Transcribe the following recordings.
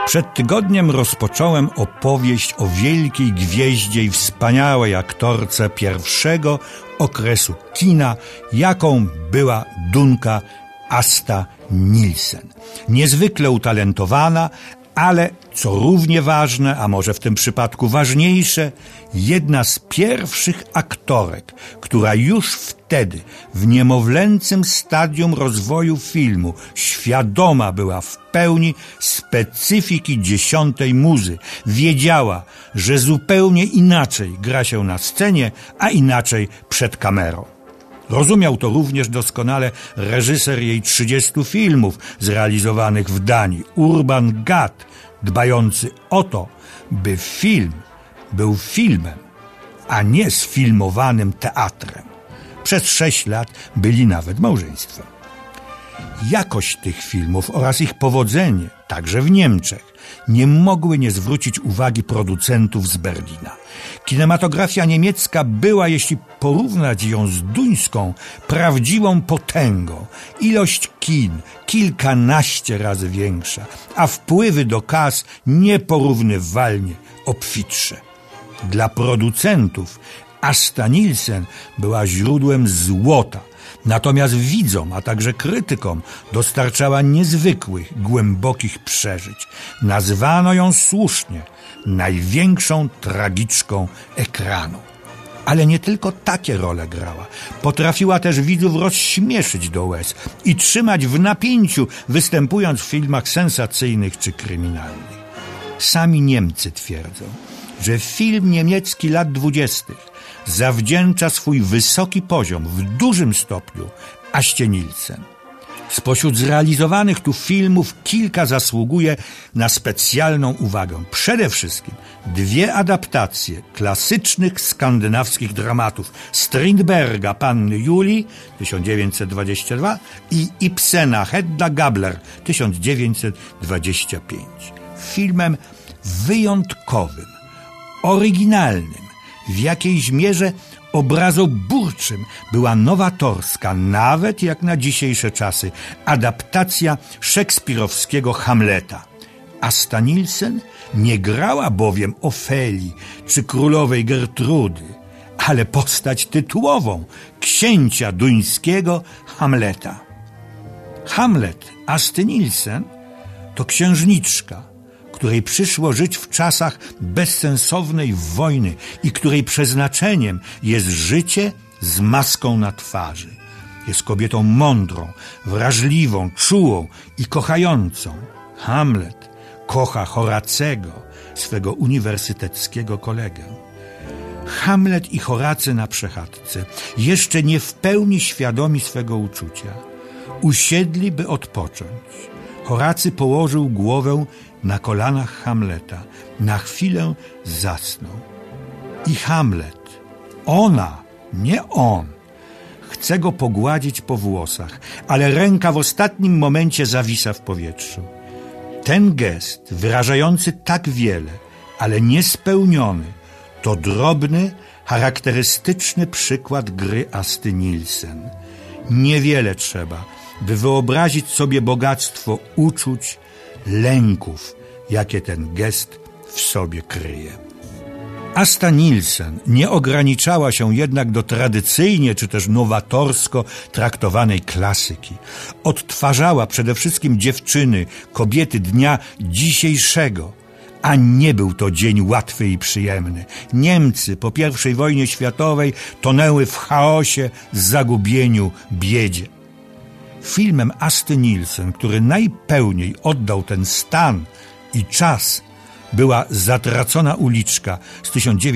Przed tygodniem rozpocząłem opowieść o wielkiej gwieździe i wspaniałej aktorce pierwszego okresu kina, jaką była Dunka Asta Nielsen. Niezwykle utalentowana, ale co równie ważne, a może w tym przypadku ważniejsze, jedna z pierwszych aktorek, która już wtedy, w niemowlęcym stadium rozwoju filmu, świadoma była w pełni specyfiki dziesiątej muzy. Wiedziała, że zupełnie inaczej gra się na scenie, a inaczej przed kamerą. Rozumiał to również doskonale reżyser jej 30 filmów zrealizowanych w Danii, Urban Gad, dbający o to, by film był filmem, a nie sfilmowanym teatrem. Przez 6 lat byli nawet małżeństwem. Jakość tych filmów oraz ich powodzenie, także w Niemczech, nie mogły nie zwrócić uwagi producentów z Berlina. Kinematografia niemiecka była, jeśli porównać ją z duńską, prawdziwą potęgą. Ilość kin kilkanaście razy większa, a wpływy do kas nieporównywalnie obfitsze. Dla producentów Asta Nielsen była źródłem złota, natomiast widzom, a także krytykom dostarczała niezwykłych, głębokich przeżyć. Nazwano ją słusznie największą tragiczką ekranu. Ale nie tylko takie role grała. Potrafiła też widzów rozśmieszyć do łez i trzymać w napięciu, występując w filmach sensacyjnych czy kryminalnych. Sami Niemcy twierdzą, że film niemiecki lat 20. zawdzięcza swój wysoki poziom w dużym stopniu Aście Nielsen. Spośród zrealizowanych tu filmów kilka zasługuje na specjalną uwagę. Przede wszystkim 2 adaptacje klasycznych skandynawskich dramatów Strindberga Panny Julii 1922 i Ibsena Hedda Gabler 1925. Filmem wyjątkowym, oryginalnym, w jakiejś mierze obrazoburczym była nowatorska, nawet jak na dzisiejsze czasy, adaptacja szekspirowskiego Hamleta. Asta Nielsen nie grała bowiem Ofelii czy królowej Gertrudy, ale postać tytułową księcia duńskiego Hamleta. Hamlet Asty Nielsen to księżniczka, której przyszło żyć w czasach bezsensownej wojny i której przeznaczeniem jest życie z maską na twarzy. Jest kobietą mądrą, wrażliwą, czułą i kochającą. Hamlet kocha Horacego, swego uniwersyteckiego kolegę. Hamlet i Horacy na przechadzce, jeszcze nie w pełni świadomi swego uczucia, usiedli, by odpocząć. Horacy położył głowę na kolanach Hamleta. Na chwilę zasnął. I Hamlet, ona, nie on, chce go pogładzić po włosach, ale ręka w ostatnim momencie zawisa w powietrzu. Ten gest, wyrażający tak wiele, ale niespełniony, to drobny, charakterystyczny przykład gry Asty Nielsen. Niewiele trzeba, by wyobrazić sobie bogactwo uczuć, lęków, jakie ten gest w sobie kryje. Asta Nielsen nie ograniczała się jednak do tradycyjnie czy też nowatorsko traktowanej klasyki. Odtwarzała przede wszystkim dziewczyny, kobiety dnia dzisiejszego, a nie był to dzień łatwy i przyjemny. Niemcy po I wojnie światowej tonęły w chaosie, zagubieniu, biedzie. Filmem Asty Nielsen, który najpełniej oddał ten stan i czas, była Zatracona uliczka z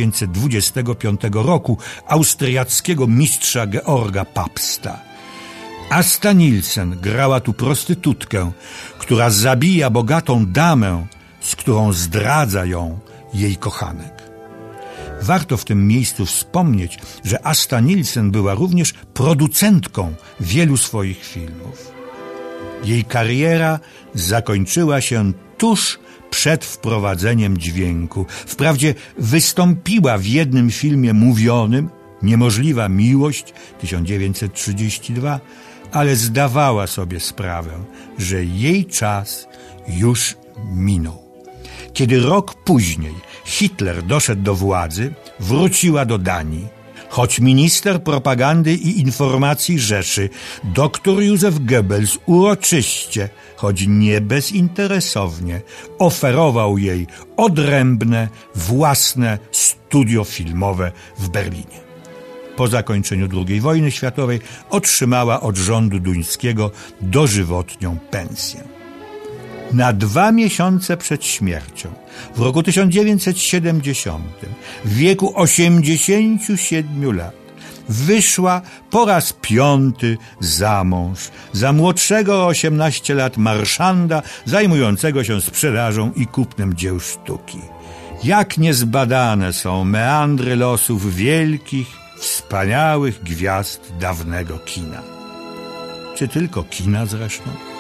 1925 roku austriackiego mistrza Georga Papsta. Asta Nielsen grała tu prostytutkę, która zabija bogatą damę, z którą zdradza ją jej kochanek. Warto w tym miejscu wspomnieć, że Asta Nielsen była również producentką wielu swoich filmów. Jej kariera zakończyła się tuż przed wprowadzeniem dźwięku. Wprawdzie wystąpiła w jednym filmie mówionym, Niemożliwa miłość, 1932, ale zdawała sobie sprawę, że jej czas już minął. Kiedy rok później Hitler doszedł do władzy, wróciła do Danii, choć minister propagandy i informacji Rzeszy, dr Józef Goebbels uroczyście, choć nie bezinteresownie, oferował jej odrębne, własne studio filmowe w Berlinie. Po zakończeniu II wojny światowej otrzymała od rządu duńskiego dożywotnią pensję. Na 2 miesiące przed śmiercią, w roku 1970, w wieku 87 lat, wyszła po raz 5. za mąż za młodszego o 18 lat marszanda zajmującego się sprzedażą i kupnem dzieł sztuki. Jak niezbadane są meandry losów wielkich, wspaniałych gwiazd dawnego kina. Czy tylko kina zresztą?